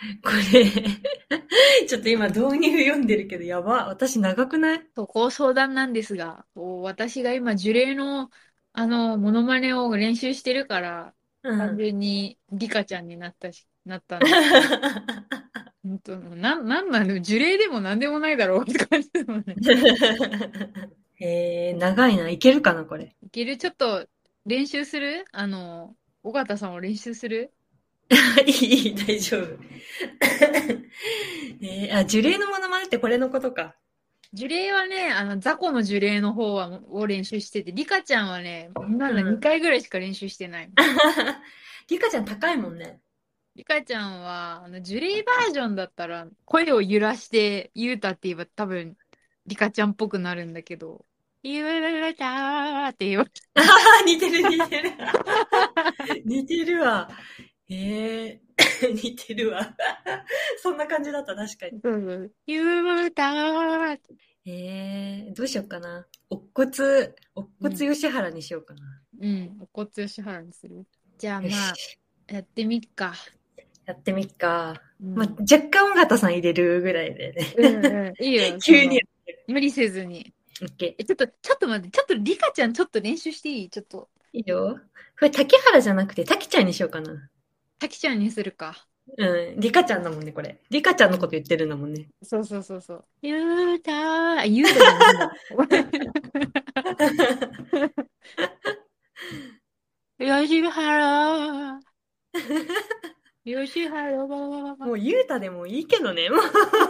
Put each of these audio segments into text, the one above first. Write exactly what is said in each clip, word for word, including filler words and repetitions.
これ、ちょっと今導入読んでるけど、やば。私長くない？ そこ相談なんですが、こう私が今、呪霊の、あの、モノマネを練習してるから、完うん。 全にリカちゃんになったし、なったんですけど、本当、なん、なんなんで、呪霊でもなんでもないだろうって感じだもんね。 えー、長いな。いけるかな、これ。 いけるちょっと練習するあの、尾形さんを練習する。 いい、いい、大丈夫。えー、あ、呪霊のモノマネってこれのことか。 呪霊はね、あの、雑魚の呪霊の方は、を練習してて、リカちゃんはね、まだうん。 にかいぐらいしか練習してない。 リカちゃん高いもんね。 リカちゃんは、あの、ジュリーバージョンだったら、声を揺らして、ユータって言えば多分、リカちゃんっぽくなるんだけど、ユーターって言わああ、似てる似てる。似てるわ。ええー、似てるわ。そんな感じだった、確かに。 そうそう、ユーターって。 ええー、どうしようかな。乙骨、乙うん、 骨吉原にしようかな。 うん、お骨吉原にする。じゃあよまあ、 し。 やってみっか。 やってみっか。まあ、 うん。 若干尾形さん入れるぐらいでうんね。 うん。いいよ、そ急に。 の、無理せずに。 オッケえ、ちょっと、ちょっと待って、ちょっとリカちゃんちょっと練習していいちょっと、 ー。いいよ。これ竹原じゃなくて滝ちゃんにしようかな。 タキちゃんにするか。 うん。リカちゃんだもんね、これ。リカちゃんのこと言ってるんだもんね。 そうそうそうそう。ゆうたー、あ、ゆうたじゃないんだ。よしはろー。よしはろー。 もうゆうたでもいいけどね。もう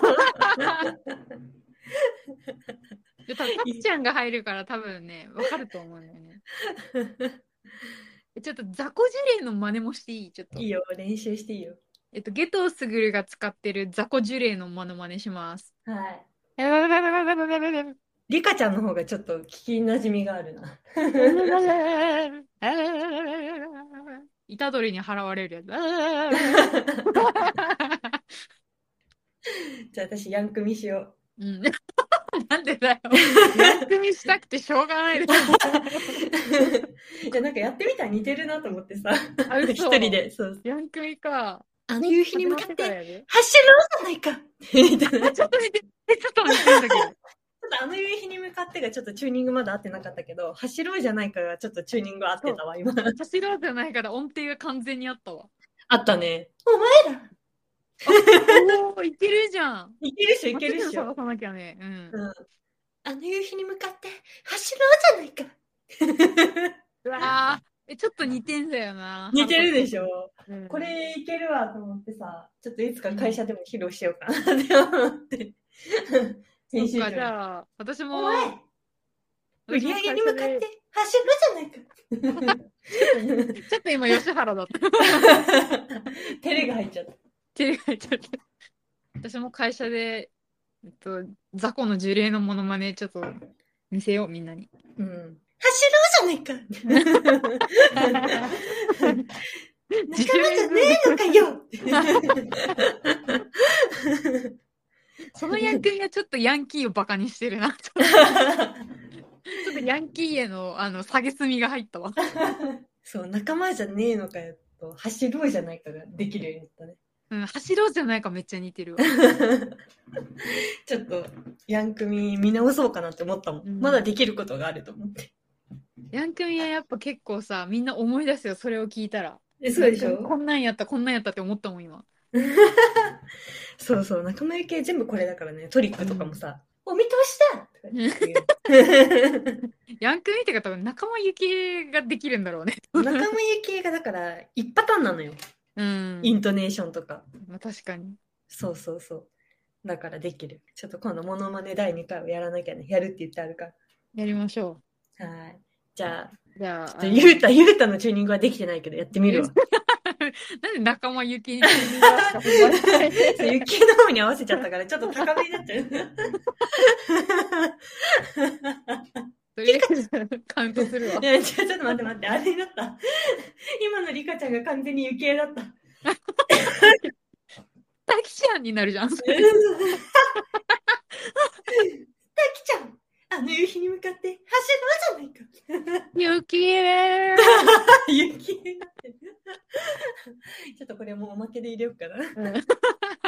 で、多分、たっちゃんが入るから多分ね、わかると思うんだよね。ちょっと雑魚呪霊の真似もしていいちょっと。 いいよ、練習していいよ。 えっと、ゲトウスグルが使ってる雑魚呪霊の真似真似します。 はい。リカちゃんの方がちょっと聞き馴染みがあるな。 虎杖に払われるやつ。 じゃあ私、ヤンクミしよう。 うん。なんでだよ。ヤンクミしたくてしょうがないでしょ。 いや、なんかやってみたら似てるなと思ってさ。 あ、嘘。 一人で、そう。 ヤンクミか。 あの夕日に始まって向かって、 からやる。 走ろうじゃないか。みたいな。 あ、ちょっと似て、え、ちょっと似てんだけど。 ちょっとあの夕日に向かってがちょっとチューニングまだ合ってなかったけど、走ろうじゃないかがちょっとチューニング合ってそう。 たわ、今。 走ろうじゃないから音程が完全にあったわ。 あったね。お前ら。 あ、おー、いけるじゃん。 いけるっしょ、いもうけるっしょ。 ちょっと探さなきゃね。うん。 うん。あの夕日に向かって走ろうじゃないか。 うわー、え、ちょっと似てんだよな。 似て腹立つ。 るでしょ？こうん。 れいけるわと思ってさ、ちょっといつかうん。 会社でも披露しようかなって思って。 そっか、 編集長に。 じゃあ、私も、 お前、売り上げ私も会に向かって社で、 走るじゃないか。 ちょっと、ちょっと今、吉原だった。 照れが入っちゃった。 手が入っちゃった。私も会社で、えっと、雑魚の呪霊のモノマネちょっと見せよう、みんなに。 うん。走ろうじゃないか。仲自間じゃね主練する。 えのかよ。 そのヤンキーがちょっとヤンキーをバカにしてるな。ちょっとヤンキーへの、あの、蔑みが入ったわ。 そう、仲間じゃねえのかよと、走ろうじゃないかができるようになったね。 うん、走ろうじゃないかめっちゃ似てるわ。 ちょっと、ヤンクミ見直そうかなって思ったもん。まだうん。 できることがあると思って。 ヤンクミはやっぱ結構さ、みんな思い出すよ、それを聞いたら。 え、そうヤンクミでしょ？ こんなんやった、こんなんやったって思ったもん、今。 そうそう、仲間由紀恵全部これだからね、トリックとかもうん。 さ、お見通しだとか言う。 ヤンクミってか多分仲間由紀恵ができるんだろうね。 仲間由紀恵がだから、一パターンなのよ。 うん。 イントネーションとか。 まあ確かに。 そうそうそう。だからできる。ちょっと今度モノマネだいにかいをやらなきゃね。やるって言ってあるかやりましょら。はい。じゃあ、 う。じゃあ、 ちょっとあの、 ゆうた、ゆうたのチューニングはできてないけど、やってみるわ。 なんで仲間由紀恵にチューニング合わせた方がいそう、雪の方に合わせちゃったから、ちょっと高めになっちゃう。 とりあえずカウントするわ。 いや、ちょ、ちょっと待って待って、あれになった。今のリカちゃんが完全に雪絵だった。 タキちゃんになるじゃん、それ。 タキちゃん、あの夕日に向かって走ろうじゃないか。 雪絵雪絵になってる。ちょっとこれもうおまけで入れようかな。 うん